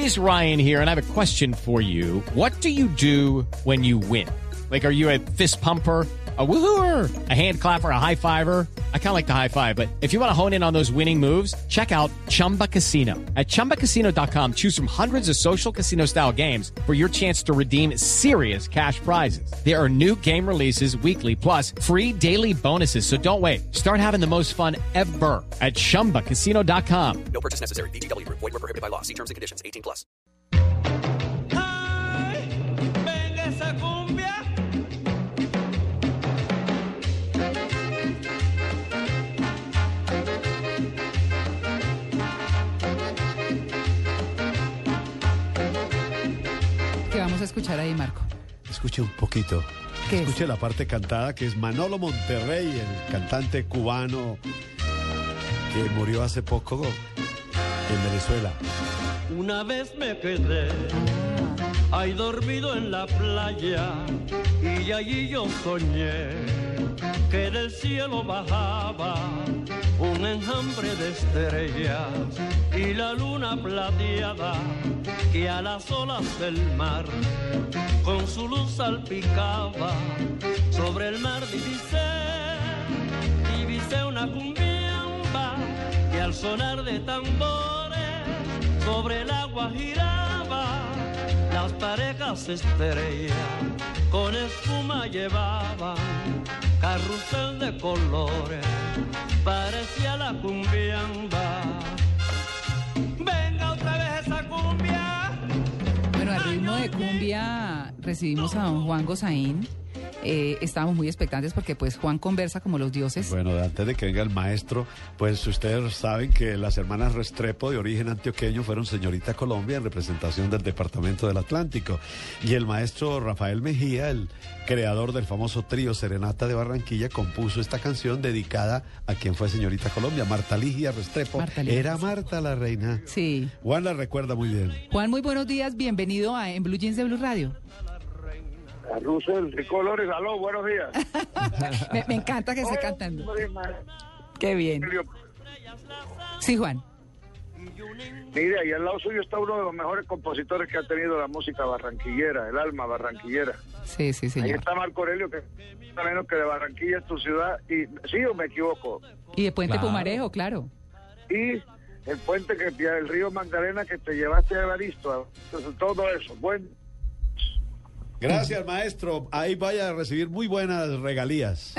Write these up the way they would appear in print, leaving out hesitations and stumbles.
It is Ryan here, and I have a question for you. What do you do when you win? Like, are you a fist pumper, a woohooer, a hand clapper, a high fiver? I kind of like the high five, but if you want to hone in on those winning moves, check out Chumba Casino. At ChumbaCasino.com, choose from hundreds of social casino-style games for your chance to redeem serious cash prizes. There are new game releases weekly, plus free daily bonuses. So don't wait. Start having the most fun ever at ChumbaCasino.com. No purchase necessary. VGW Group. Void where prohibited by law. See terms and conditions. 18 plus. Ay, venga esa cumbia. ¿Qué vamos a escuchar ahí, Marco? Escuche un poquito. ¿Qué Escuche es? la parte cantada, que es Manolo Monterrey, el cantante cubano que murió hace poco en Venezuela. Una vez me quedé ahí dormido en la playa y allí yo soñé que del cielo bajaba un enjambre de estrellas y la luna plateada que a las olas del mar con su luz salpicaba sobre el mar divisé una cumbiamba que al sonar de tambores sobre el agua giraba, las parejas estrellas con espuma llevaban carrusel de colores, parecía la cumbiamba. Venga otra vez esa cumbia. Bueno, al ritmo de cumbia recibimos a don Juan Gozaín. Estábamos muy expectantes porque pues Juan conversa como los dioses. Bueno, antes de que venga el maestro, pues ustedes saben que las hermanas Restrepo, de origen antioqueño, fueron señorita Colombia en representación del Departamento del Atlántico. Y el maestro Rafael Mejía, el creador del famoso trío Serenata de Barranquilla, compuso esta canción dedicada a quien fue señorita Colombia, Marta Ligia Restrepo. Marta Ligia. Era Marta la reina. Sí. Juan la recuerda muy bien. Juan, muy buenos días, bienvenido a En Blue Jeans de Blue Radio. Russell Tricolores, aló, buenos días. Me encanta que esté cantando. Qué bien. Sí, Juan. Mire, ahí al lado suyo está uno de los mejores compositores que ha tenido la música barranquillera, el alma barranquillera. Sí, sí, Ahí señor. está Marco Aurelio, que está menos que de Barranquilla es tu ciudad. Y sí, o me equivoco. Y de Puente Claro. Pumarejo, claro. Y el puente que el río Magdalena que te llevaste a Evaristo. Entonces, todo eso. Bueno, Gracias, maestro. Ahí vaya a recibir muy buenas regalías.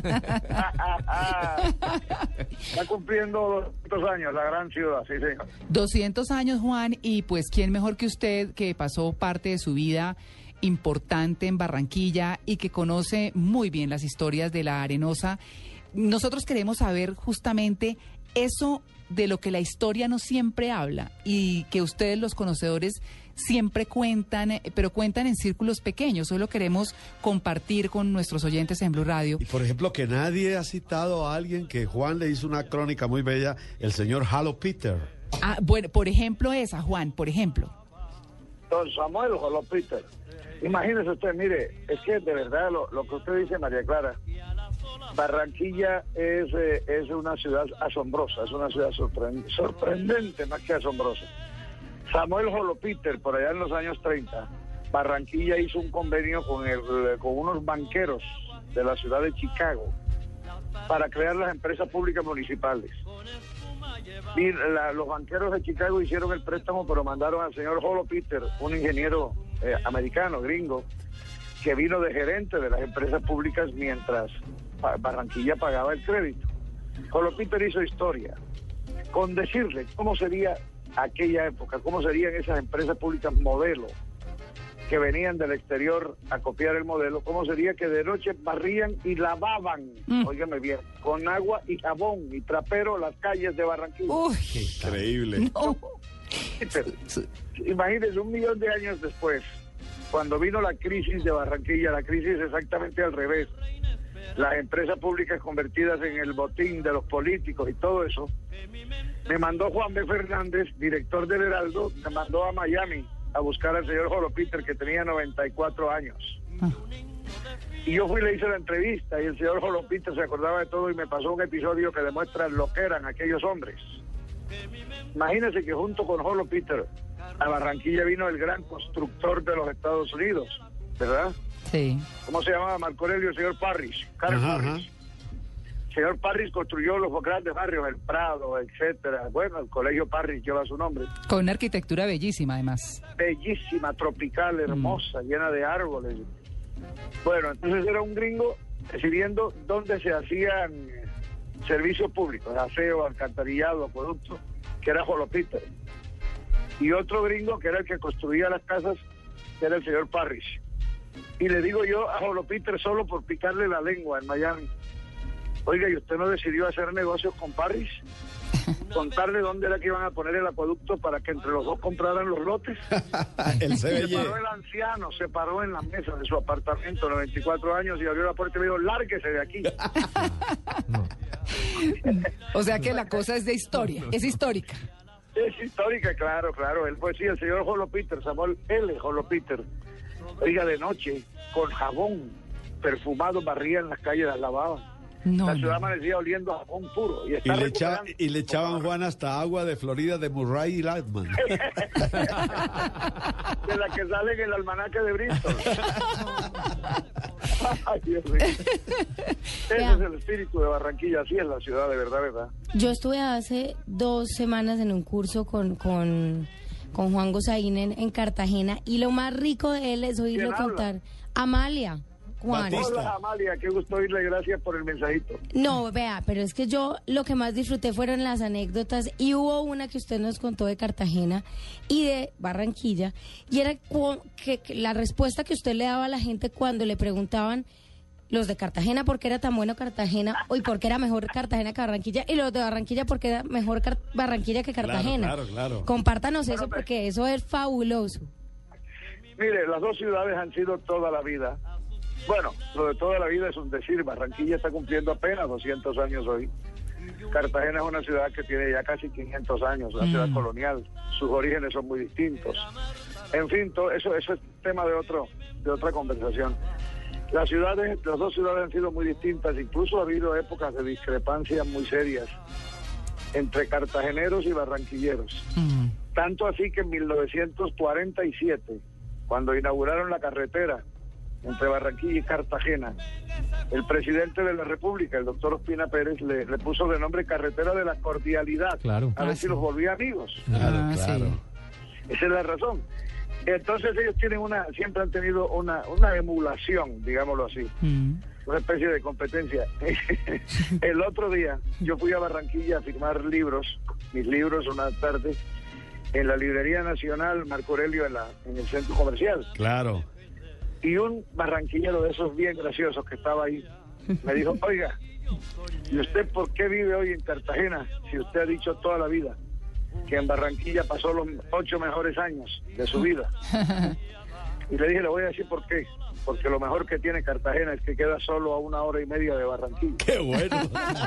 está cumpliendo 200 años la gran ciudad, sí, señor. 200 años, Juan, y pues quién mejor que usted, que pasó parte de su vida importante en Barranquilla y que conoce muy bien las historias de la Arenosa. Nosotros queremos saber justamente eso de lo que la historia no siempre habla y que ustedes, los conocedores, siempre cuentan, pero cuentan en círculos pequeños. Hoy lo queremos compartir con nuestros oyentes en Blue Radio. Y por ejemplo, que nadie ha citado a alguien que Juan le hizo una crónica muy bella, el señor Halo Peter. Ah, bueno, por ejemplo esa, Juan, por ejemplo. Don Samuel Jolo Peter. Imagínese usted, mire, es que de verdad lo que usted dice, María Clara, Barranquilla es una ciudad asombrosa, es una ciudad sorprendente más que asombrosa. Samuel Jolo Peter, por allá en los años 30, Barranquilla hizo un convenio con unos banqueros de la ciudad de Chicago para crear las empresas públicas municipales. Y los banqueros de Chicago hicieron el préstamo, pero mandaron al señor Jolo Peter, un ingeniero americano, gringo, que vino de gerente de las empresas públicas mientras Barranquilla pagaba el crédito. Jolo Peter hizo historia con decirle cómo sería aquella época, cómo serían esas empresas públicas modelo que venían del exterior a copiar el modelo, cómo sería que de noche barrían y lavaban, óigame bien, con agua y jabón y trapero las calles de Barranquilla. Uy, Increíble. no. Imagínense, 1 millón de años después, cuando vino la crisis de Barranquilla, la crisis exactamente al revés, las empresas públicas convertidas en el botín de los políticos y todo eso, me mandó Juan B. Fernández, director del Heraldo, me mandó a Miami a buscar al señor Jolo Peter, que tenía 94 años. Y yo fui y le hice la entrevista, y el señor Jolo Peter se acordaba de todo y me pasó un episodio que demuestra lo que eran aquellos hombres. Imagínense que junto con Jolo Peter a Barranquilla vino el gran constructor de los Estados Unidos, ¿verdad? Sí. ¿Cómo se llamaba Marco Aurelio? El señor Parrish, Carl Parrish. El señor Parrish construyó los grandes barrios, el Prado, etcétera. Bueno, el colegio Parrish lleva su nombre. Con una arquitectura bellísima, además. Bellísima, tropical, hermosa, llena de árboles. Bueno, entonces era un gringo decidiendo dónde se hacían servicios públicos, aseo, alcantarillado, acueducto, que era Jolo Peter. Y otro gringo que era el que construía las casas, que era el señor Parrish. Y le digo yo a Jolo Peter solo por picarle la lengua en Miami: oiga, ¿y usted no decidió hacer negocios con Parrish? Contarle dónde era que iban a poner el acueducto para que entre los dos compraran los lotes. Se paró el anciano, se paró en la mesa de su apartamento, 94 años, y abrió la puerta y me dijo: lárguese de aquí. O sea que la cosa es de historia, es histórica. Es histórica, claro, claro. Él fue, sí, el señor Jolo Peter, Samuel L. Jolo Peter. Oiga, de noche, con jabón perfumado, barría en las calles, las lavaban. La ciudad amanecía oliendo a jabón puro. Y le echaban, Juan, hasta agua de Florida de Murray y Lightman. De la que sale en el almanaque de Bristol. Ay, Dios mío. Ese es el espíritu de Barranquilla, así es la ciudad, de verdad, verdad. Yo estuve hace 2 semanas en un curso con Juan Gozaín en Cartagena, y lo más rico de él es oírlo contar. Amalia. Juan. Hola, Amalia, qué gusto oírle, gracias por el mensajito. No, vea, pero es que yo lo que más disfruté fueron las anécdotas, y hubo una que usted nos contó de Cartagena y de Barranquilla, y era que la respuesta que usted le daba a la gente cuando le preguntaban los de Cartagena por qué era tan bueno Cartagena, y por qué era mejor Cartagena que Barranquilla, y los de Barranquilla por qué era mejor Barranquilla que Cartagena. Claro. Compártanos eso, porque eso es fabuloso. Mire, las dos ciudades han sido toda la vida. Bueno, lo de toda la vida es un decir. Barranquilla está cumpliendo apenas 200 años hoy. Cartagena es una ciudad que tiene ya casi 500 años, una ciudad colonial. Sus orígenes son muy distintos. En fin, todo eso es tema de otra conversación. Las dos ciudades han sido muy distintas. Incluso ha habido épocas de discrepancias muy serias entre cartageneros y barranquilleros. Tanto así que en 1947, cuando inauguraron la carretera entre Barranquilla y Cartagena, el presidente de la República, el doctor Ospina Pérez, le puso de nombre Carretera de la Cordialidad, a ver si los volvía amigos. Claro. Esa es la razón. Entonces ellos siempre han tenido una emulación, digámoslo así, una especie de competencia. El otro día yo fui a Barranquilla a firmar mis libros una tarde, en la Librería Nacional Marco Aurelio en el centro comercial. Claro. Y un barranquillero de esos bien graciosos que estaba ahí me dijo: oiga, ¿y usted por qué vive hoy en Cartagena si usted ha dicho toda la vida que en Barranquilla pasó los 8 mejores años de su vida? Y le dije: le voy a decir por qué. Porque lo mejor que tiene Cartagena es que queda solo a 1 hora y media de Barranquilla. ¡Qué bueno!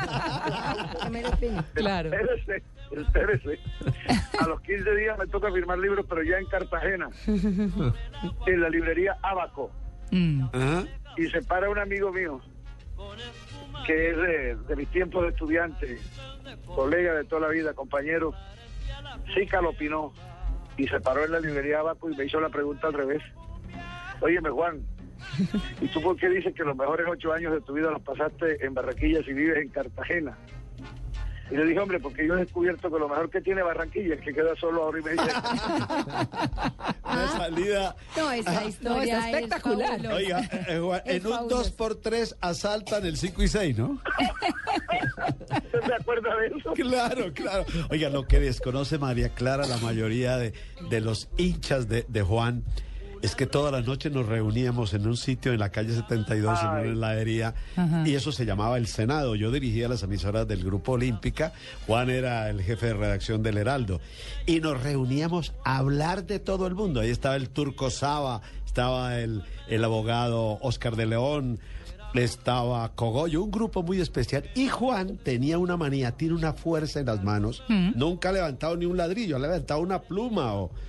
Claro. Espérese. A los 15 días me toca firmar libros, pero ya en Cartagena, en la librería Abaco. Y se para un amigo mío, que es de mis tiempos de estudiante, colega de toda la vida, compañero, Sica lo Pinó, y se paró en la librería Abaco y me hizo la pregunta al revés: óyeme, Juan, ¿y tú por qué dices que los mejores 8 años de tu vida los pasaste en Barranquilla si vives en Cartagena? Y le dije: hombre, porque yo he descubierto que lo mejor que tiene Barranquilla es que queda solo a 1 hora y media. Una salida. No, esa historia es espectacular. fabulosa. Oiga, Juan, en un 2x3 asaltan el 5 y 6, ¿no? ¿Usted se acuerda de eso? Claro. Oiga, lo que desconoce María Clara, la mayoría de los hinchas de Juan, es que todas las noches nos reuníamos en un sitio en la calle 72, en una heladería, y eso se llamaba El Senado. Yo dirigía las emisoras del Grupo Olímpica, Juan era el jefe de redacción del Heraldo, y nos reuníamos a hablar de todo el mundo. Ahí estaba el Turco Saba, estaba el abogado Oscar de León, estaba Cogollo, un grupo muy especial, y Juan tenía una manía, tiene una fuerza en las manos, nunca ha levantado ni un ladrillo, ha levantado una pluma o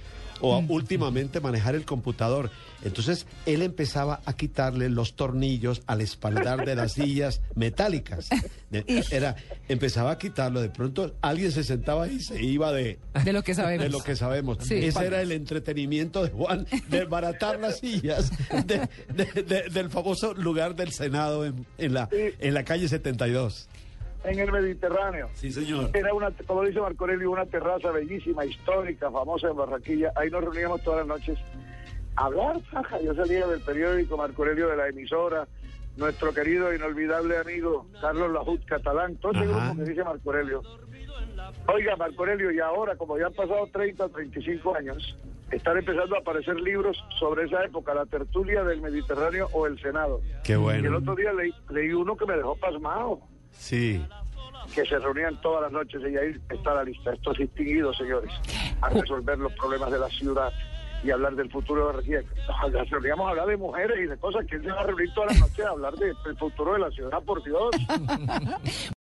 o últimamente manejar el computador. Entonces él empezaba a quitarle los tornillos al espaldar de las sillas metálicas. Empezaba a quitarlo, de pronto alguien se sentaba y se iba de lo que sabemos. De lo que sabemos. Sí. Ese era el entretenimiento de Juan, desbaratar las sillas del famoso lugar del Senado en la calle 72. En el Mediterráneo. Sí, señor. Era como dice Marco Aurelio, una terraza bellísima, histórica, famosa en Barranquilla. Ahí nos reuníamos todas las noches a hablar, jaja. Yo salía del periódico Marco Aurelio, de la emisora, nuestro querido e inolvidable amigo Carlos Lajut Catalán, todo ese grupo que dice Marco Aurelio. Oiga, Marco Aurelio, y ahora, como ya han pasado 30 o 35 años, están empezando a aparecer libros sobre esa época, la tertulia del Mediterráneo o el Senado. Qué bueno. Y el otro día leí uno que me dejó pasmado. Sí. Que se reunían todas las noches y ahí está la lista. Estos distinguidos señores a resolver los problemas de la ciudad y hablar del futuro de Barranquilla. Nos reuníamos a hablar de mujeres y de cosas. ¿Quién se va a reunir todas las noches a hablar del futuro de la ciudad, por Dios?